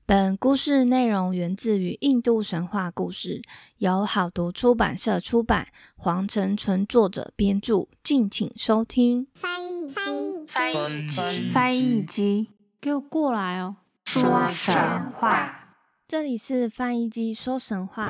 本故事内容源自于印度神话故事，由好读出版社出版，黄承纯作者编著，敬请收听。 翻译机，给我过来哦！ 说神话， 这里是翻译机说神话。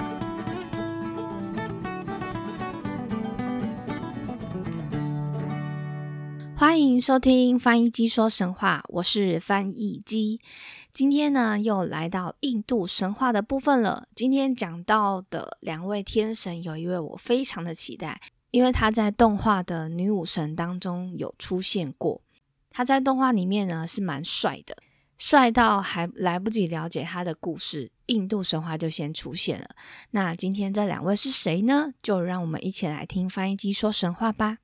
欢迎收听翻译机说神话，我是翻译机。今天呢，又来到印度神话的部分了。今天讲到的两位天神，有一位我非常的期待，因为他在动画的女武神当中有出现过。他在动画里面呢是蛮帅的，帅到还来不及了解他的故事，印度神话就先出现了。那今天这两位是谁呢？就让我们一起来听翻译机说神话吧。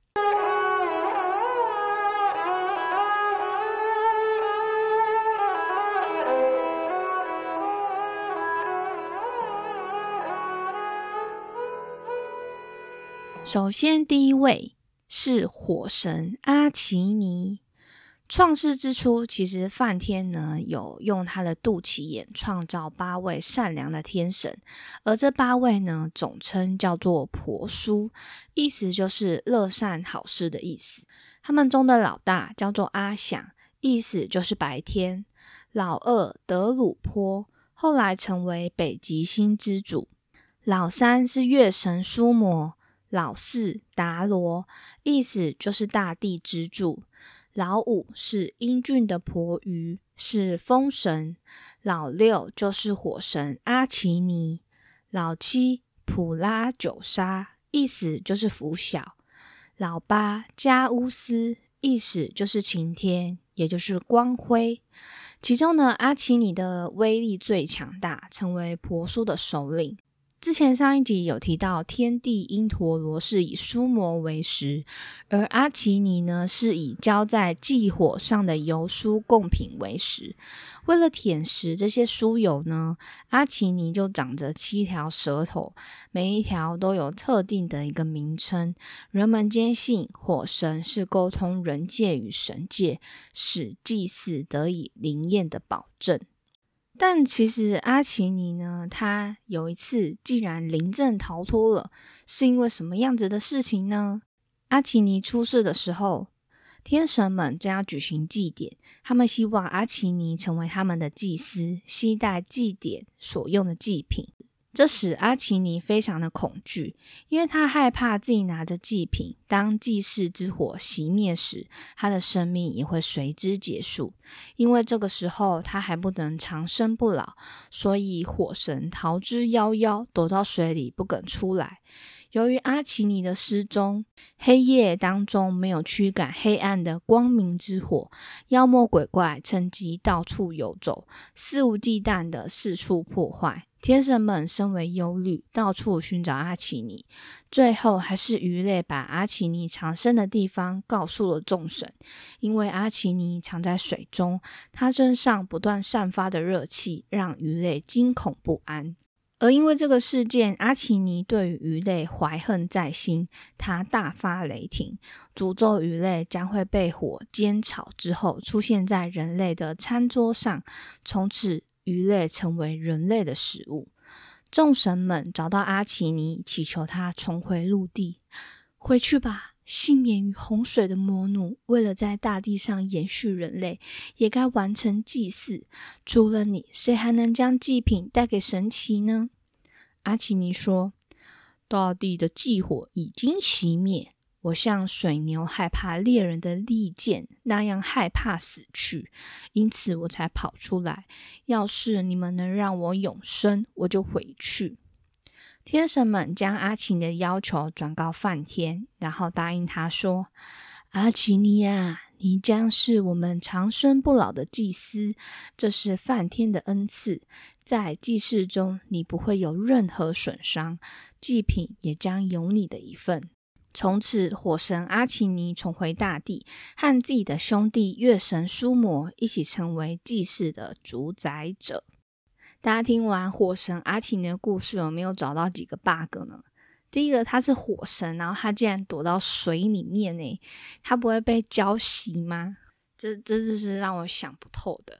首先第一位是火神阿奇尼。创世之初，其实梵天呢有用他的肚脐眼创造8位善良的天神，而这8位呢总称叫做婆娑，意思就是乐善好施的意思。他们中的老大叫做阿想，意思就是白天。老二德鲁波后来成为北极星之主。老三是月神苏摩，老四达罗，意思就是大地之柱。老五是英俊的婆瑜，是风神。老六就是火神阿奇尼。老七普拉九沙，意思就是拂晓。老八加乌斯，意思就是晴天，也就是光辉。其中呢，阿奇尼的威力最强大，成为婆娑的首领。之前上一集有提到天帝因陀罗是以苏摩为食，而阿奇尼呢是以浇在祭火上的油酥贡品为食。为了舔食这些酥油呢，阿奇尼就长着7条舌头，每一条都有特定的一个名称。人们坚信火神是沟通人界与神界，使祭祀得以灵验的保证。但其实阿奇尼呢，他有一次竟然临阵逃脱了，是因为什么样子的事情呢？阿奇尼出世的时候，天神们正要举行祭典，他们希望阿奇尼成为他们的祭司，携带祭典所用的祭品。这使阿奇尼非常的恐惧，因为他害怕自己拿着祭品，当祭祀之火熄灭时，他的生命也会随之结束。因为这个时候他还不能长生不老，所以火神逃之夭夭，躲到水里不肯出来。由于阿奇尼的失踪，黑夜当中没有驱赶黑暗的光明之火，妖魔鬼怪趁机到处游走，肆无忌惮的四处破坏。天神们深为忧虑，到处寻找阿奇尼，最后还是鱼类把阿奇尼藏身的地方告诉了众神。因为阿奇尼藏在水中，他身上不断散发的热气让鱼类惊恐不安。而因为这个事件，阿奇尼对于鱼类怀恨在心，他大发雷霆，诅咒鱼类将会被火煎炒之后出现在人类的餐桌上，从此鱼类成为人类的食物。众神们找到阿奇尼，祈求他重回陆地。回去吧，幸免于洪水的魔怒，为了在大地上延续人类，也该完成祭祀。除了你，谁还能将祭品带给神祇呢？阿奇尼说，大地的祭火已经熄灭，我像水牛害怕猎人的利剑那样害怕死去，因此我才跑出来。要是你们能让我永生，我就回去。天神们将阿奇尼的要求转告梵天，然后答应他说，阿奇尼啊，你将是我们长生不老的祭司，这是梵天的恩赐。在祭祀中，你不会有任何损伤，祭品也将有你的一份。从此，火神阿奇尼重回大地，和自己的兄弟月神苏摩一起成为祭祀的主宰者。大家听完火神阿奇尼的故事，有没有找到几个 bug 呢？第一个，他是火神，然后他竟然躲到水里面耶，他不会被浇熄吗？这是让我想不透的。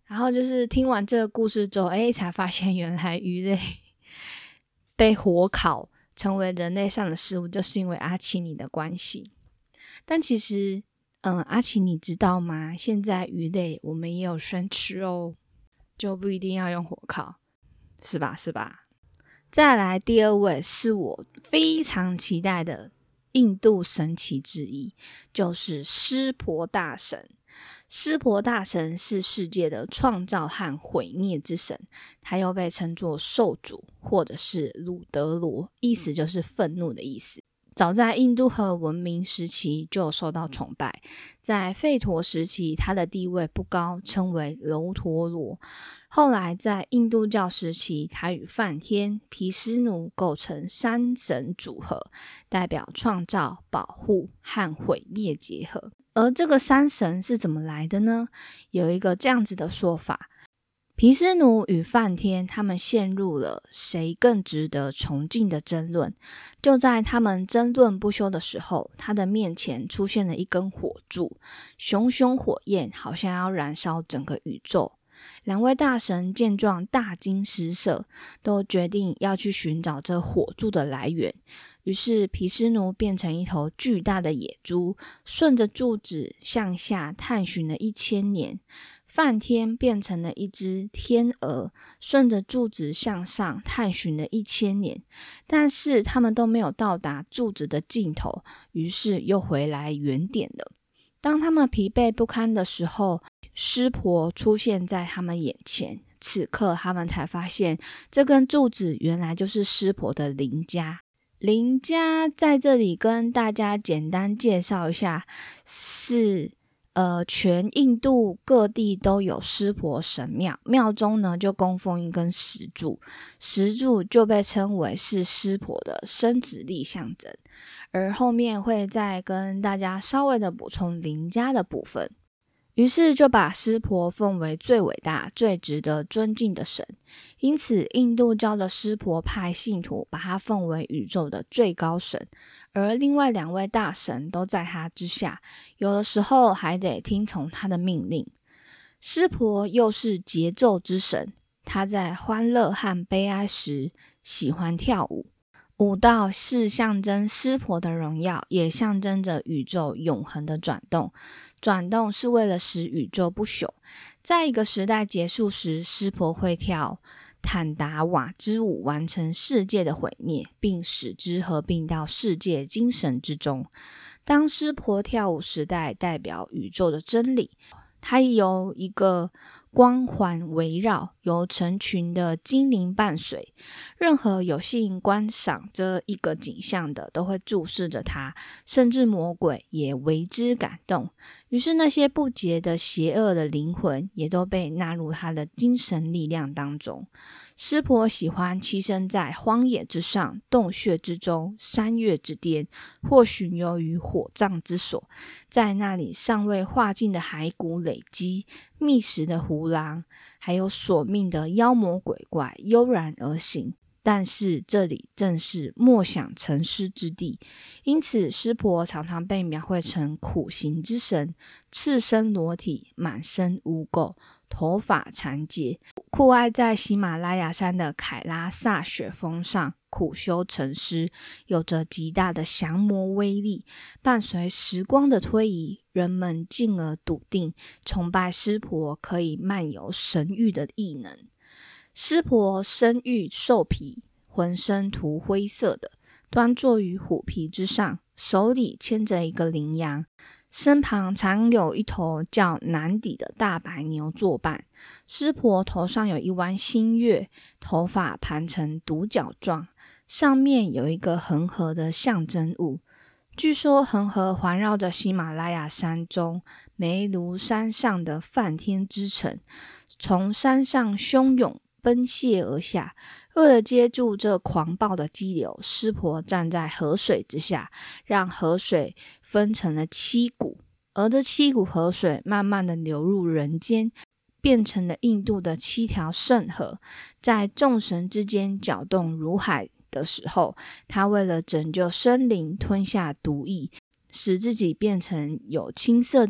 然后就是听完这个故事之后，才发现原来鱼类被火烤成为人类上的食物，就是因为阿奇尼的关系。但其实阿奇尼知道吗？现在鱼类我们也有生吃哦，就不一定要用火烤，是吧？再来第二位是我非常期待的印度神祇之一，就是湿婆大神。湿婆大神是世界的创造和毁灭之神，他又被称作兽主或者是鲁德罗，意思就是愤怒的意思。早在印度河文明时期就受到崇拜，在吠陀时期他的地位不高，称为楼陀罗。后来在印度教时期，他与梵天、毗湿奴构成三神组合，代表创造、保护和毁灭结合。而这个三神是怎么来的呢？有一个这样子的说法，毗湿奴与梵天他们陷入了谁更值得崇敬的争论。就在他们争论不休的时候，他的面前出现了一根火柱，熊熊火焰好像要燃烧整个宇宙。两位大神见状大惊失色，都决定要去寻找这火柱的来源。于是毗湿奴变成一头巨大的野猪，顺着柱子向下探寻了1000年。梵天变成了一只天鹅，顺着柱子向上探寻了1000年，但是他们都没有到达柱子的尽头，于是又回来原点了。当他们疲惫不堪的时候，湿婆出现在他们眼前，此刻他们才发现这根柱子原来就是湿婆的邻家。邻家在这里跟大家简单介绍一下，是全印度各地都有湿婆神庙，庙中呢就供奉一根石柱，石柱就被称为是湿婆的生殖力象征。而后面会再跟大家稍微的补充邻家的部分。于是就把湿婆奉为最伟大、最值得尊敬的神，因此印度教的湿婆派信徒把他奉为宇宙的最高神，而另外2位大神都在他之下，有的时候还得听从他的命令。湿婆又是节奏之神，他在欢乐和悲哀时喜欢跳舞。舞蹈是象征湿婆的荣耀，也象征着宇宙永恒的转动。转动是为了使宇宙不朽。在一个时代结束时，湿婆会跳坦达瓦之舞，完成世界的毁灭，并使之合并到世界精神之中。当湿婆跳舞时代代表宇宙的真理，它由一个光环围绕，由成群的精灵伴随。任何有幸观赏这一个景象的，都会注视着它，甚至魔鬼也为之感动。于是那些不洁的邪恶的灵魂也都被纳入他的精神力量当中。湿婆喜欢栖身在荒野之上、洞穴之中、山岳之巅，或巡游于火葬之所，在那里尚未化尽的骸骨累积、觅食的胡狼，还有索命的妖魔鬼怪悠然而行。但是这里正是默想沉思之地，因此湿婆常常被描绘成苦行之神，赤身裸体，满身污垢，头发缠结，酷爱在喜马拉雅山的凯拉萨雪峰上苦修沉思，有着极大的降魔威力。伴随时光的推移，人们进而笃定崇拜湿婆可以漫游神域的异能。湿婆身玉兽皮，浑身涂灰色的，端坐于虎皮之上，手里牵着一个羚羊，身旁常有一头叫南底的大白牛作伴。湿婆头上有一弯新月，头发盘成独角状，上面有一个恒河的象征物。据说恒河环绕着喜马拉雅山中梅庐山上的梵天之城，从山上汹涌奔泻而下。为了接住这狂暴的激流，湿婆站在河水之下，让河水分成了7股，而这7股河水慢慢的流入人间，变成了印度的7条圣河，在众神之间搅动如海的时候，他为了拯救生灵，吞下毒液，使自己变成有青色的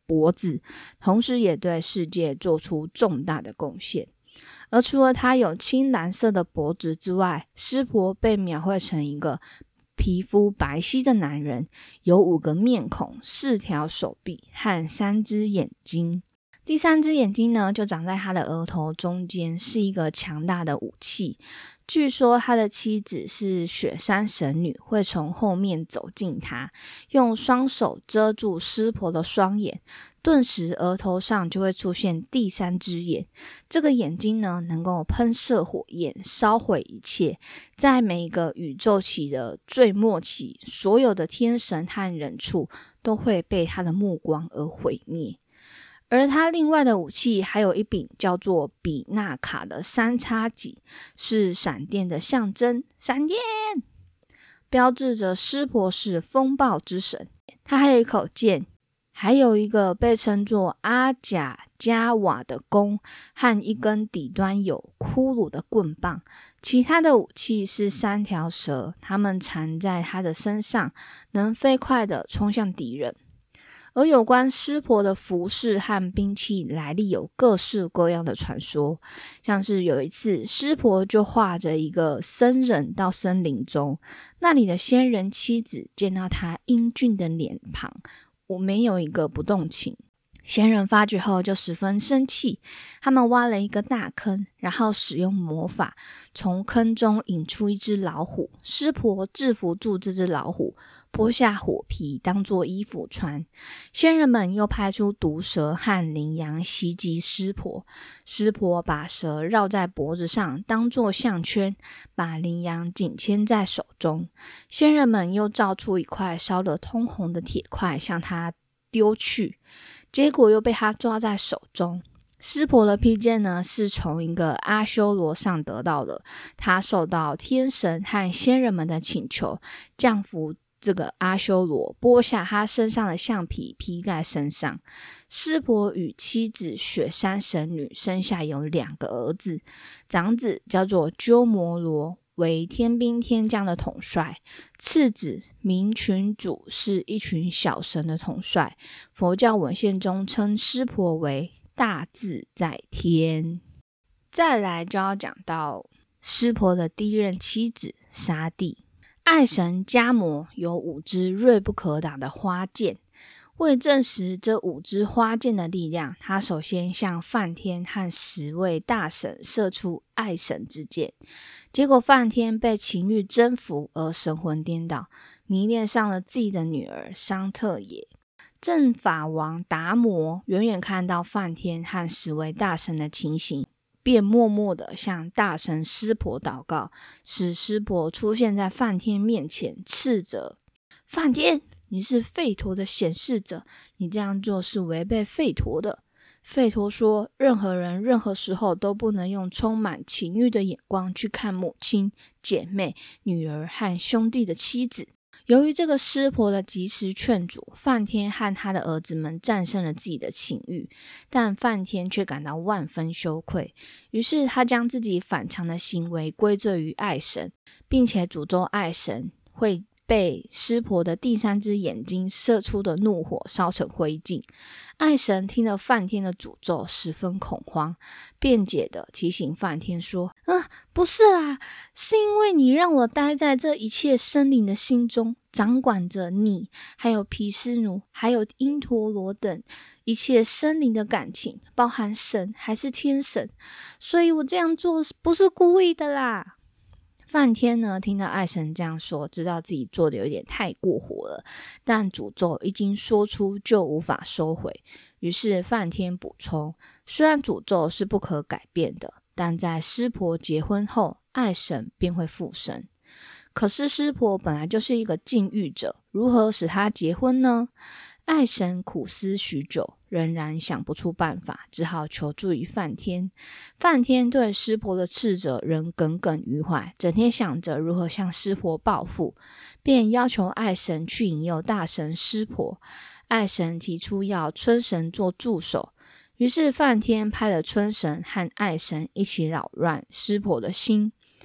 脖子，同时也对世界做出重大的贡献。而除了他有青蓝色的脖子之外，湿婆被描绘成一个皮肤白皙的男人，有5个面孔、4条手臂和3只眼睛。第3只眼睛呢，就长在他的额头中间，是一个强大的武器。据说他的妻子是雪山神女，会从后面走近他，用双手遮住湿婆的双眼，顿时额头上就会出现第3只眼。这个眼睛呢，能够喷射火焰，烧毁一切。在每一个宇宙期的最末期，所有的天神和人畜都会被他的目光而毁灭。而他另外的武器还有一柄叫做比纳卡的3叉戟，是闪电的象征，闪电标志着湿婆是风暴之神。他还有一口剑，还有一个被称作阿贾加瓦的弓和一根底端有骷髅的棍棒。其他的武器是3条蛇，它们缠在他的身上，能飞快地冲向敌人。而有关湿婆的服饰和兵器来历有各式各样的传说，像是有一次湿婆就画着一个僧人到森林中，那里的仙人妻子见到他英俊的脸庞，我没有一个不动情。仙人发觉后就十分生气，他们挖了一个大坑，然后使用魔法从坑中引出一只老虎。湿婆制服住这只老虎，剥下虎皮当作衣服穿。仙人们又派出毒蛇和羚羊袭击湿婆，湿婆把蛇绕在脖子上当作项圈，把羚羊紧牵在手中。仙人们又造出一块烧得通红的铁块向他丢去，结果又被他抓在手中。湿婆的披肩呢，是从一个阿修罗上得到的，他受到天神和仙人们的请求，降服这个阿修罗，剥下他身上的橡皮披在身上。湿婆与妻子雪山神女生下有2个儿子，长子叫做鸠摩罗，为天兵天将的统帅，次子明群主是一群小神的统帅。佛教文献中称湿婆为大自在天。再来就要讲到湿婆的第一任妻子沙帝。爱神迦摩有5支锐不可挡的花剑，为证实这5支花剑的力量，他首先向梵天和10位大神射出爱神之剑，结果梵天被情欲征服而神魂颠倒，迷恋上了自己的女儿商特耶。正法王达摩远远看到梵天和10位大神的情形，便默默地向大神湿婆祷告，使湿婆出现在梵天面前，斥责梵天，你是吠陀的显示者，你这样做是违背吠陀的。吠陀说，任何人任何时候都不能用充满情欲的眼光去看母亲、姐妹、女儿和兄弟的妻子。由于这个湿婆的及时劝阻，梵天和他的儿子们战胜了自己的情欲，但梵天却感到万分羞愧，于是他将自己反常的行为归罪于爱神，并且诅咒爱神会被湿婆的第3只眼睛射出的怒火烧成灰烬。爱神听了梵天的诅咒，十分恐慌，辩解的提醒梵天说，不是啦，是因为你让我待在这一切生灵的心中，掌管着你，还有毗湿奴，还有因陀罗等一切生灵的感情，包含神还是天神，所以我这样做不是故意的啦。梵天呢，听到爱神这样说，知道自己做的有点太过火了，但诅咒一经说出就无法收回，于是梵天补充，虽然诅咒是不可改变的，但在湿婆结婚后，爱神便会复生。可是湿婆本来就是一个禁欲者，如何使他结婚呢？爱神苦思许久，仍然想不出办法，只好求助于梵天。梵天对湿婆的斥责仍耿耿于怀，整天想着如何向湿婆报复，便要求爱神去引诱大神湿婆。爱神提出要春神做助手，于是梵天派了春神和爱神一起扰乱湿婆的心。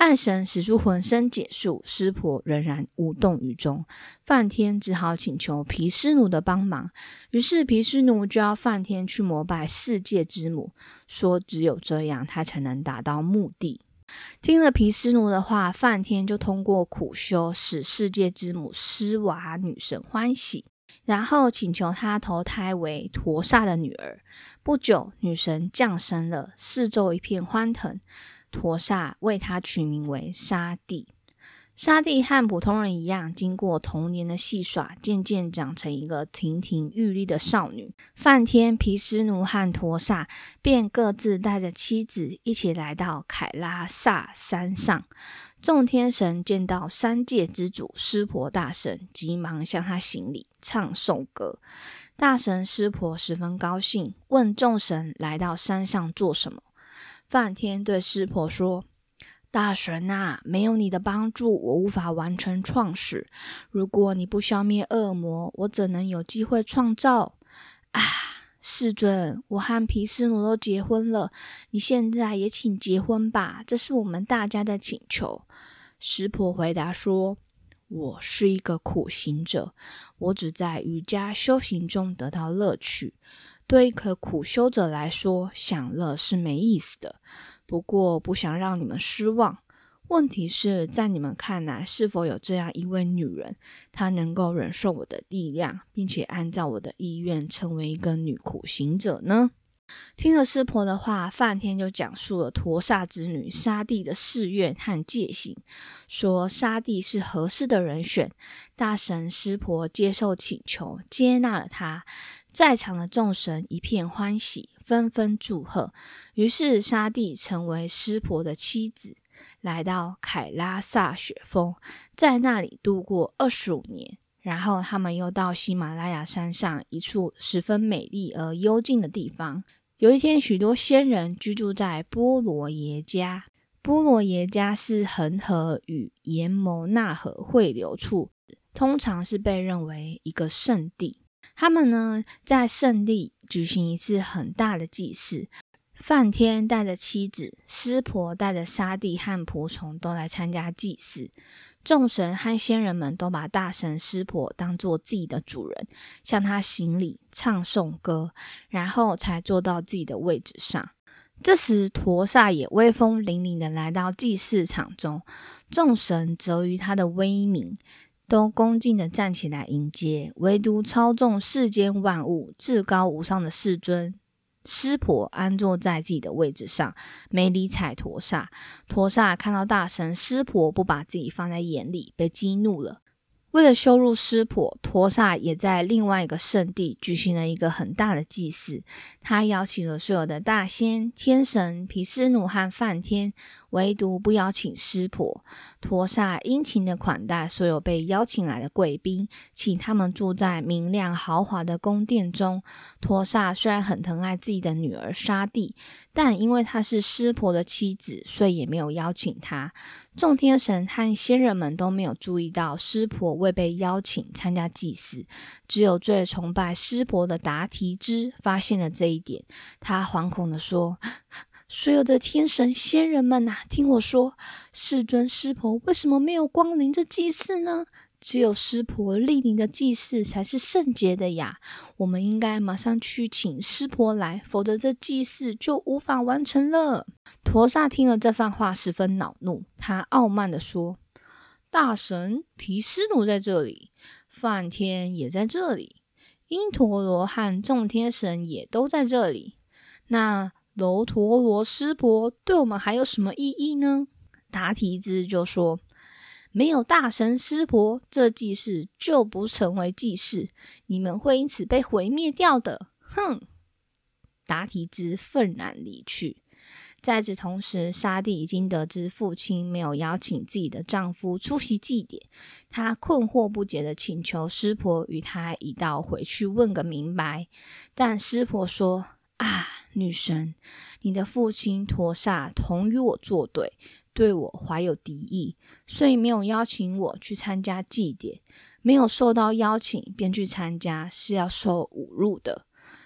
暗神使出浑身解数，湿婆仍然无动于衷。梵天只好请求毗湿奴的帮忙，于是毗湿奴就要梵天去膜拜世界之母，说只有这样他才能达到目的。听了毗湿奴的话，梵天就通过苦修使世界之母施瓦女神欢喜，然后请求她投胎为陀萨的女儿。不久，女神降生了，四周一片欢腾。陀萨为她取名为沙帝。沙帝和普通人一样，经过童年的戏耍，渐渐长成一个亭亭玉立的少女。梵天、毗湿奴和陀萨便各自带着妻子一起来到凯拉萨山上。众天神见到三界之主湿婆大神，急忙向他行礼，唱颂歌。大神湿婆十分高兴，问众神来到山上做什么。梵天对湿婆说：大神啊，没有你的帮助，我无法完成创始。如果你不消灭恶魔，我怎能有机会创造？世尊，我和毗湿奴都结婚了，你现在也请结婚吧，这是我们大家的请求。湿婆回答说：我是一个苦行者，我只在瑜伽修行中得到乐趣。对一个苦修者来说，享乐是没意思的。不过不想让你们失望，问题是在你们看来，是否有这样一位女人，她能够忍受我的力量，并且按照我的意愿成为一个女苦行者呢？听了湿婆的话，梵天就讲述了陀萨之女沙帝的誓愿和戒行，说沙帝是合适的人选。大神湿婆接受请求，接纳了她。在场的众神一片欢喜，纷纷祝贺。于是沙帝成为湿婆的妻子，来到凯拉萨雪峰，在那里度过25年。然后他们又到喜马拉雅山上一处十分美丽而幽静的地方。有一天，许多仙人居住在波罗耶家。波罗耶家是恒河与延牟那河汇流处，通常是被认为一个圣地。他们呢，在圣地举行一次很大的祭祀。梵天带着妻子，湿婆带着沙帝和仆从都来参加祭祀。众神和仙人们都把大神湿婆当作自己的主人，向他行礼，唱颂歌，然后才坐到自己的位置上。这时陀萨也威风凛凛地来到祭祀场中，众神则于他的威名都恭敬地站起来迎接，唯独操纵世间万物至高无上的世尊湿婆安坐在自己的位置上，没理睬陀萨。陀萨看到大神湿婆不把自己放在眼里，被激怒了。为了羞辱湿婆，陀萨也在另外一个圣地举行了一个很大的祭祀。他邀请了所有的大仙、天神、毗湿奴和梵天，唯独不邀请湿婆。陀萨殷勤地款待所有被邀请来的贵宾，请他们住在明亮豪华的宫殿中。陀萨虽然很疼爱自己的女儿沙帝，但因为她是湿婆的妻子，所以也没有邀请她。众天神和仙人们都没有注意到湿婆未被邀请参加祭祀，只有最崇拜湿婆的达提之发现了这一点。他惶恐地说：所有的天神仙人们啊，听我说，世尊湿婆为什么没有光临这祭祀呢？只有湿婆莅临的祭祀才是圣洁的呀！我们应该马上去请湿婆来，否则这祭祀就无法完成了。陀萨听了这番话，十分恼怒，他傲慢地说：大神毗湿奴在这里，梵天也在这里，因陀罗和众天神也都在这里，那楼陀罗湿婆对我们还有什么意义呢？达提之就说：没有大神湿婆，这祭祀就不成为祭祀，你们会因此被毁灭掉的。哼！达提之愤然离去。在此同时，沙帝已经得知父亲没有邀请自己的丈夫出席祭典，她困惑不解地请求湿婆与她一道回去问个明白。但湿婆说：女神，你的父亲陀萨同与我作对，对我怀有敌意，所以没有邀请我去参加祭典。没有受到邀请便去参加，是要受侮辱的。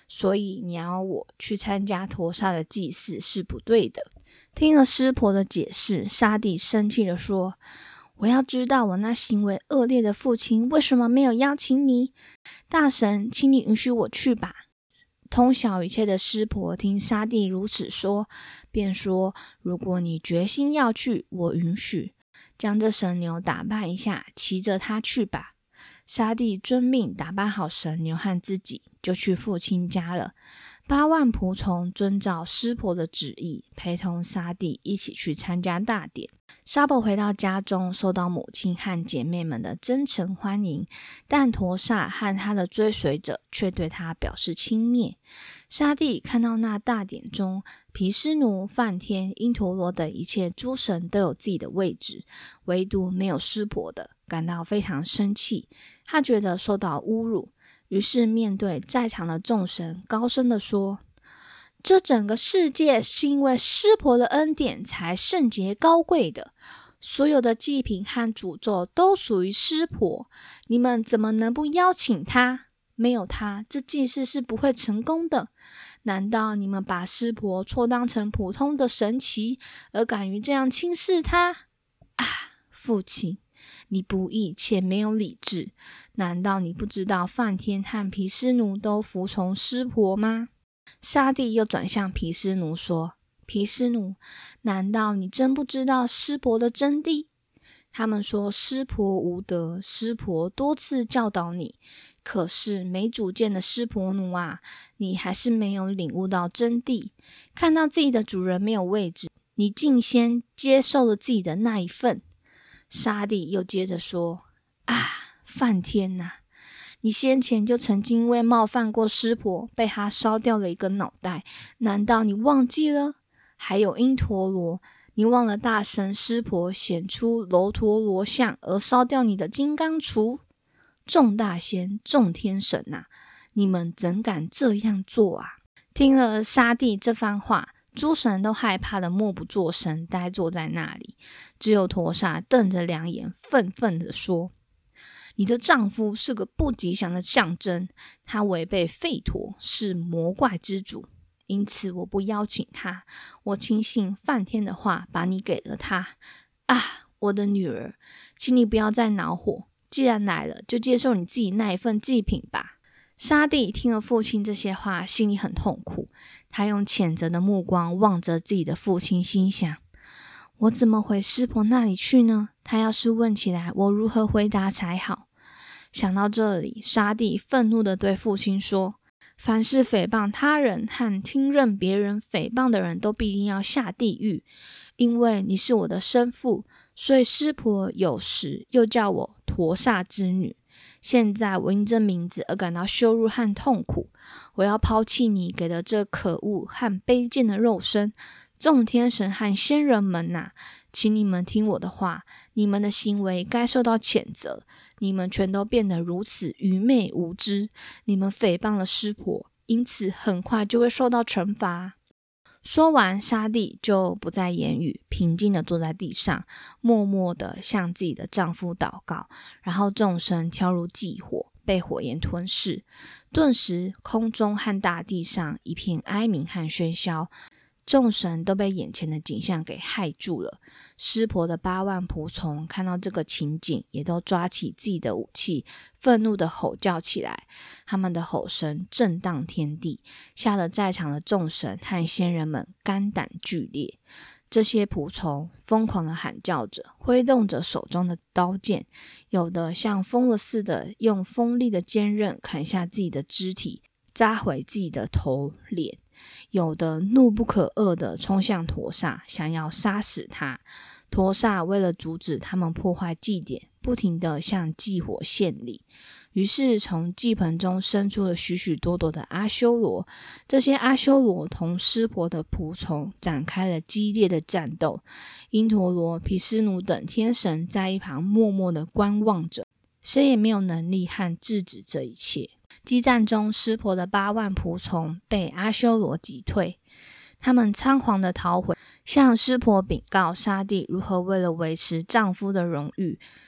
所以你要我去参加陀萨的祭祀是不对的。听了师婆的解释，沙帝生气地说，我要知道我那行为恶劣的父亲为什么没有邀请你。大神，请你允许我去吧。通晓一切的师婆听沙帝如此说，便说，如果你决心要去，我允许。将这神牛打扮一下，骑着它去吧。沙帝遵命打扮好神牛和自己，就去父亲家了。8万仆从遵照师婆的旨意，陪同沙帝一起去参加大典。沙婆回到家中，受到母亲和姐妹们的真诚欢迎，但陀萨和他的追随者却对他表示轻蔑。沙帝看到那大典中，毗湿奴、梵天、因陀罗等一切诸神都有自己的位置，唯独没有师婆的，感到非常生气。他觉得受到侮辱，于是面对在场的众神高声地说，这整个世界是因为师婆的恩典才圣洁高贵的，所有的祭品和诅咒都属于师婆，你们怎么能不邀请她？没有她，这祭祀是不会成功的。难道你们把师婆错当成普通的神祇，而敢于这样轻视她？啊，父亲，你不义且没有理智，难道你不知道梵天和毗湿奴都服从师婆吗？沙帝又转向毗湿奴说，毗湿奴，难道你真不知道师婆的真谛？他们说师婆无德，师婆多次教导你，可是没主见的师婆奴啊，你还是没有领悟到真谛。看到自己的主人没有位置，你竟先接受了自己的那一份。沙帝又接着说，啊，梵天啊，你先前就曾经因为冒犯过师婆，被他烧掉了一个脑袋，难道你忘记了？还有因陀罗，你忘了大神师婆显出楼陀罗像而烧掉你的金刚杵？众大仙、众天神啊，你们怎敢这样做啊？听了沙帝这番话，诸神都害怕的默不作声，呆坐在那里。只有陀萨瞪着两眼，愤愤地说，你的丈夫是个不吉祥的象征，他违背吠陀，是魔怪之主，因此我不邀请他，我轻信梵天的话，把你给了他。啊，我的女儿，请你不要再恼火，既然来了，就接受你自己那一份祭品吧。沙帝听了父亲这些话，心里很痛苦，他用谴责的目光望着自己的父亲，心想，我怎么回师婆那里去呢？他要是问起来，我如何回答才好？想到这里，沙帝愤怒地对父亲说，凡是诽谤他人和听任别人诽谤的人都必定要下地狱，因为你是我的生父，所以师婆有时又叫我陀萨之女。现在我因这名字而感到羞辱和痛苦，我要抛弃你给的这可恶和卑贱的肉身。众天神和仙人们啊，请你们听我的话，你们的行为该受到谴责，你们全都变得如此愚昧无知，你们诽谤了师婆，因此很快就会受到惩罚。说完，沙帝就不再言语，平静地坐在地上，默默地向自己的丈夫祷告，然后众神跳入祭火，被火焰吞噬。顿时，空中和大地上一片哀鸣和喧嚣，众神都被眼前的景象给害住了。师婆的8万仆从看到这个情景，也都抓起自己的武器，愤怒地吼叫起来。他们的吼声震荡天地，吓得在场的众神和仙人们肝胆俱裂。这些仆从疯狂地喊叫着，挥动着手中的刀剑，有的像疯了似的用锋利的尖刃砍下自己的肢体，扎回自己的头脸，有的怒不可遏地冲向陀萨，想要杀死他。陀萨为了阻止他们破坏祭典，不停地向祭火献礼。于是从祭盆中生出了许许多多的阿修罗，这些阿修罗同湿婆的仆从展开了激烈的战斗。因陀罗、毗湿奴等天神在一旁默默地观望着，谁也没有能力和制止这一切。激战中，湿婆的8万仆从被阿修罗击退，他们仓皇地逃回，向湿婆禀告沙帝如何为了维持丈夫的荣誉，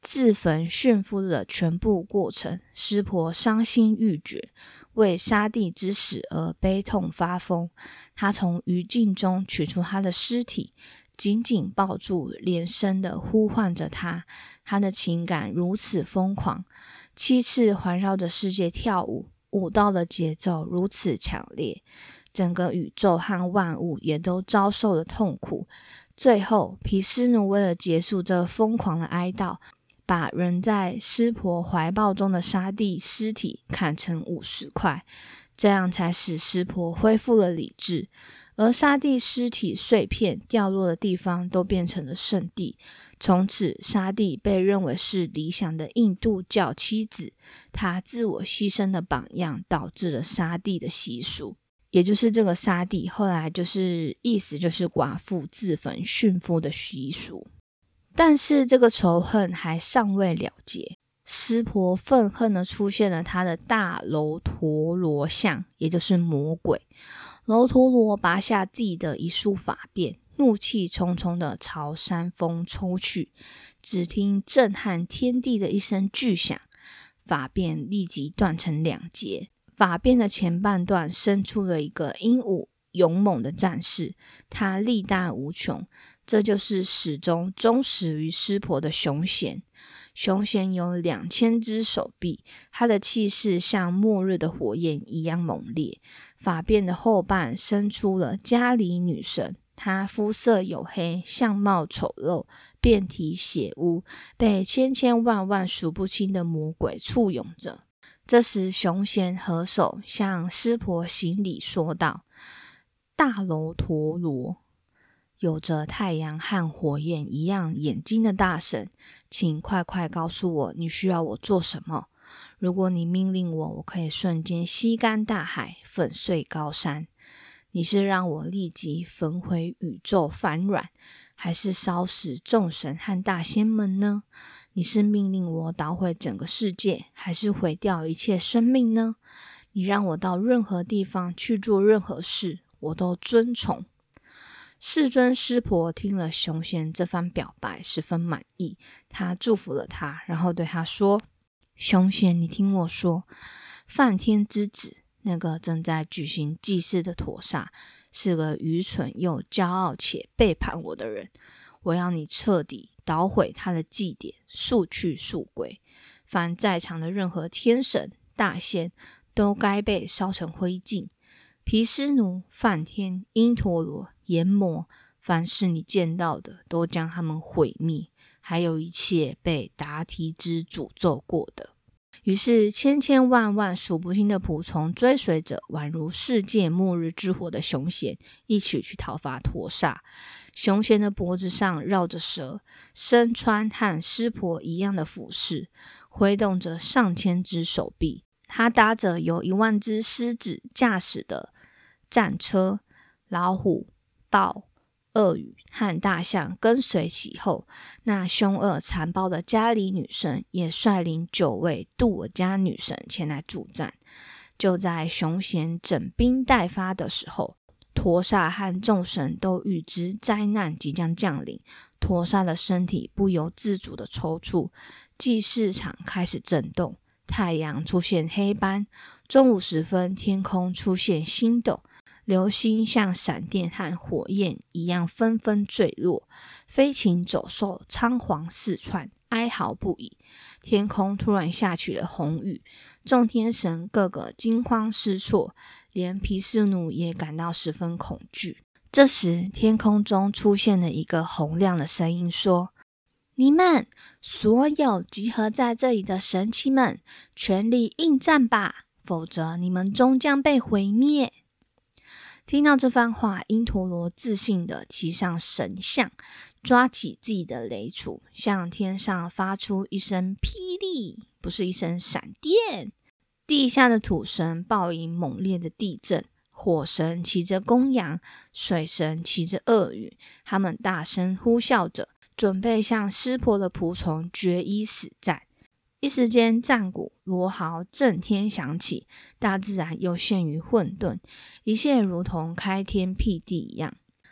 自焚殉夫的全部过程，湿婆伤心欲绝，为沙地之死而悲痛发疯。他从余烬中取出他的尸体，紧紧抱住，连声的呼唤着他。他的情感如此疯狂，7次环绕着世界跳舞，舞蹈的节奏如此强烈，整个宇宙和万物也都遭受了痛苦。最后，毗湿奴为了结束这疯狂的哀悼，把仍在湿婆怀抱中的沙地尸体砍成50块，这样才使湿婆恢复了理智。而沙地尸体碎片掉落的地方都变成了圣地，从此沙地被认为是理想的印度教妻子，她自我牺牲的榜样，导致了沙地的习俗。也就是这个沙地后来就是意思就是寡妇自焚殉夫的习俗。但是这个仇恨还尚未了结，湿婆愤恨地出现了他的大楼陀罗像，也就是魔鬼。楼陀罗拔下自己的一束法辫，怒气冲冲地朝山峰抽去，只听震撼天地的一声巨响，法辫立即断成2截。法辫的前半段生出了一个英武勇猛的战士，他力大无穷，这就是始终忠实于湿婆的熊贤。熊贤有2000只手臂，他的气势像末日的火焰一样猛烈。法辫的后半生出了迦梨女神，她肤色黝黑，相貌丑陋，遍体血污，被千千万万数不清的魔鬼簇拥着。这时熊贤合手向湿婆行礼说道：大楼陀罗，有着太阳和火焰一样眼睛的大神，请快快告诉我你需要我做什么。如果你命令我，我可以瞬间吸干大海，粉碎高山。你是让我立即焚毁宇宙反软，还是烧死众神和大仙们呢？你是命令我捣毁整个世界，还是毁掉一切生命呢？你让我到任何地方去做任何事，我都遵从。世尊湿婆听了熊贤这番表白，十分满意，他祝福了他，然后对他说：熊贤，你听我说，梵天之子，那个正在举行祭祀的陀萨，是个愚蠢又骄傲且背叛我的人。我要你彻底捣毁他的祭典，速去速归。凡在场的任何天神、大仙，都该被烧成灰烬。毗湿奴、梵天、因陀罗、阎魔，凡是你见到的，都将他们毁灭，还有一切被达提之诅咒过的。于是千千万万数不清的仆从追随着宛如世界末日之火的熊贤，一起去讨伐陀萨。熊贤的脖子上绕着蛇，身穿和湿婆一样的服饰，挥动着上千只手臂。他搭着由10000只狮子驾驶的战车，老虎、豹、鳄鱼和大象跟随其后。那凶恶残暴的迦梨女神也率领9位杜尔迦女神前来助战。就在熊贤整兵待发的时候，陀萨和众神都预知灾难即将降临，陀萨的身体不由自主的抽搐，祭祀场开始震动，太阳出现黑斑，中午时分天空出现星斗，流星像闪电和火焰一样纷纷坠落，飞禽走兽仓皇四窜，哀嚎不已。天空突然下起了红雨，众天神个个惊慌失措，连毗湿奴也感到十分恐惧。这时天空中出现了一个洪亮的声音说：你们所有集合在这里的神祇们，全力应战吧，否则你们终将被毁灭。听到这番话，因陀罗自信地骑上神像，抓起自己的雷杵，向天上发出一声霹雳，不是一声闪电。地下的土神报应猛烈的地震，火神骑着公羊，水神骑着鳄鱼，他们大声呼啸着，准备向湿婆的仆从决一死战。一时间战鼓锣号震天响起，大自然又陷于混沌，一切如同开天辟地一样。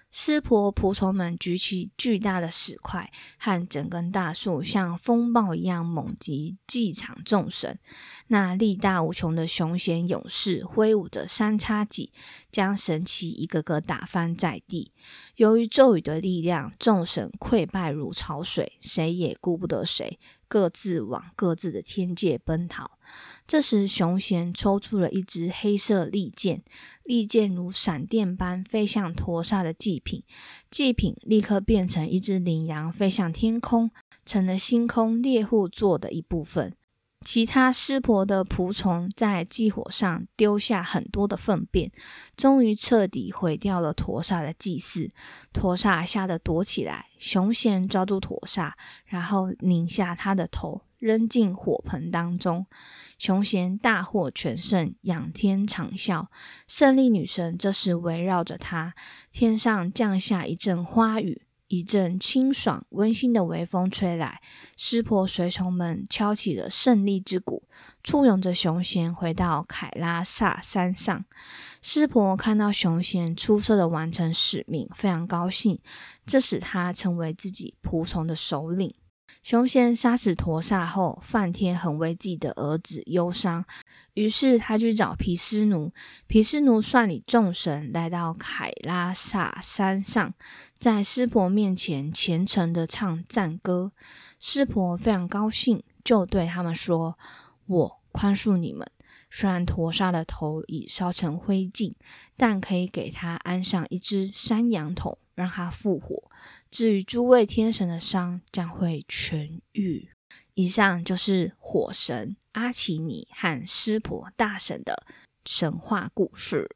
湿婆仆从们举起巨大的石块和整根大树，像风暴一样猛击祭场众神。那力大无穷的雄贤勇士挥舞着三叉戟，将神旗一个个打翻在地。由于咒语的力量，众神溃败如潮水，谁也顾不得谁，各自往各自的天界奔逃。这时雄贤抽出了一支黑色利剑，利剑如闪电般飞向陀刹的祭品，祭品立刻变成一只羚羊飞向天空，成了星空猎户座的一部分。其他湿婆的仆从在祭火上丢下很多的粪便，终于彻底毁掉了陀刹的祭祀。陀刹吓得躲起来，雄贤抓住陀刹，然后拧下他的头，扔进火盆当中。雄贤大获全胜，仰天长啸。胜利女神这时围绕着他，天上降下一阵花雨，一阵清爽温馨的微风吹来，湿婆随从们敲起了胜利之鼓，簇拥着雄贤回到凯拉萨山上。湿婆看到雄贤出色的完成使命，非常高兴，这使他成为自己仆从的首领。雄贤杀死陀刹后，梵天很为自己的儿子忧伤，于是他去找毗湿奴。毗湿奴率领众神来到凯拉萨山上，在湿婆面前虔诚地唱赞歌。湿婆非常高兴，就对他们说：我宽恕你们，虽然陀刹的头已烧成灰烬，但可以给他安上一只山羊头，让他复活。至于诸位天神的伤将会痊愈。以上就是火神阿奇尼和湿婆大神的神话故事。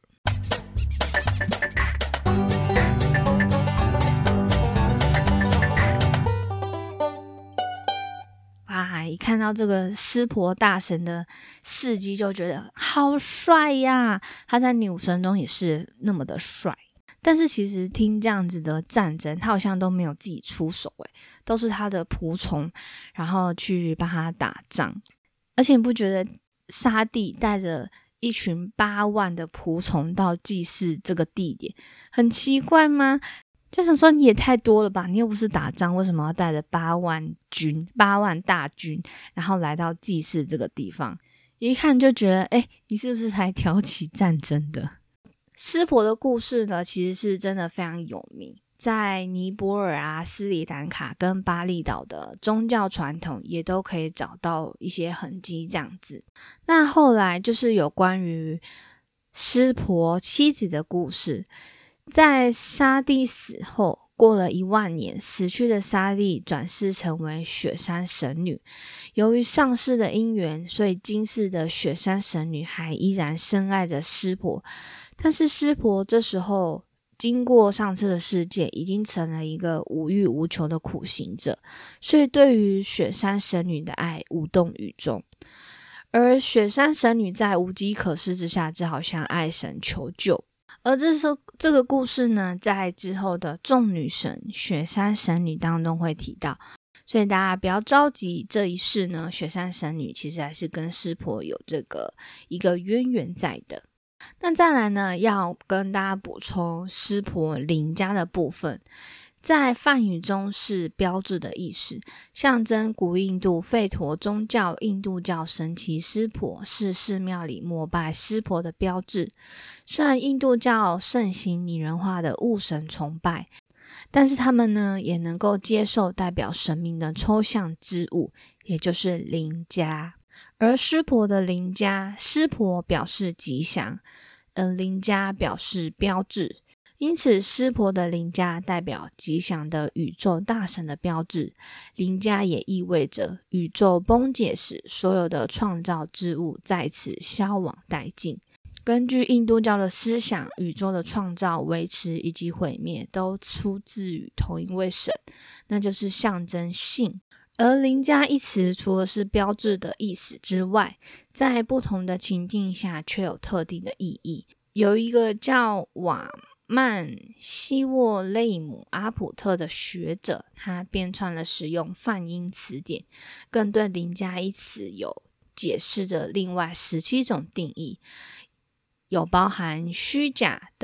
哇，一看到这个湿婆大神的事迹就觉得好帅呀，他在女神中也是那么的帅。但是其实听这样子的战争，他好像都没有自己出手，都是他的仆从然后去帮他打仗。而且你不觉得沙帝带着一群8万的仆从到祭祀这个地点很奇怪吗？就想说你也太多了吧，你又不是打仗，为什么要带着8万大军然后来到祭祀这个地方？一看就觉得你是不是才挑起战争的？湿婆的故事呢，其实是真的非常有名，在尼泊尔啊、斯里兰卡跟巴厘岛的宗教传统也都可以找到一些痕迹这样子。那后来就是有关于湿婆妻子的故事，在沙帝死后，过了1万年，死去的沙帝转世成为雪山神女。由于上世的因缘，所以今世的雪山神女还依然深爱着湿婆。但是湿婆这时候经过上次的事件，已经成了一个无欲无求的苦行者，所以对于雪山神女的爱无动于衷。而雪山神女在无计可施之下，只好向爱神求救。而这个故事呢，在之后的众女神雪山神女当中会提到，所以大家不要着急，这一世呢，雪山神女其实还是跟湿婆有这个一个渊源在的。那再来呢，要跟大家补充湿婆邻家的部分，在梵语中是标志的意思，象征古印度吠陀宗教印度教神奇湿婆，是寺庙里膜拜湿婆的标志。虽然印度教盛行拟人化的物神崇拜，但是他们呢也能够接受代表神明的抽象之物，也就是邻家。而湿婆的邻家，湿婆表示吉祥，邻家表示标志，因此湿婆的邻家代表吉祥的宇宙大神的标志。邻家也意味着宇宙崩解时，所有的创造之物在此消亡殆尽。根据印度教的思想，宇宙的创造、维持以及毁灭都出自于同一位神，那就是象征性。而邻家一词除了是标志的意思之外，在不同的情境下却有特定的意义。有一个叫瓦曼希沃类姆阿普特的学者，他编撰了使用梵音词典，更对邻家一词有解释着另外17种定义，有包含虚假的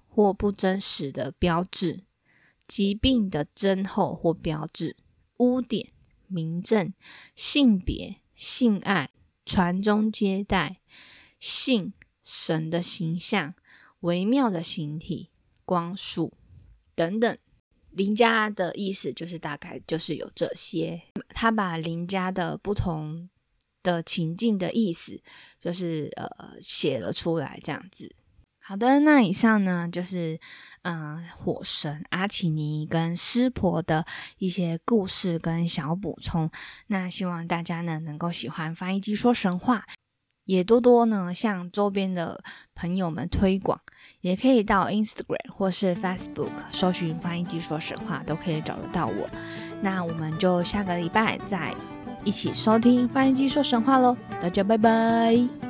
或不真实的标志，疾病的征候或标志，污点、明证、性别、性爱、传宗接代、性、神的形象、微妙的形体、光束等等。邻家的意思就是大概就是有这些，他把邻家的不同的情境的意思就是写了出来这样子。好的，那以上呢就是火神阿奇尼跟湿婆的一些故事跟小补充。那希望大家呢能够喜欢翻译机说神话，也多多呢向周边的朋友们推广，也可以到 Instagram 或是 Facebook 搜寻翻译机说神话，都可以找得到我。那我们就下个礼拜再一起收听翻译机说神话咯，大家拜拜。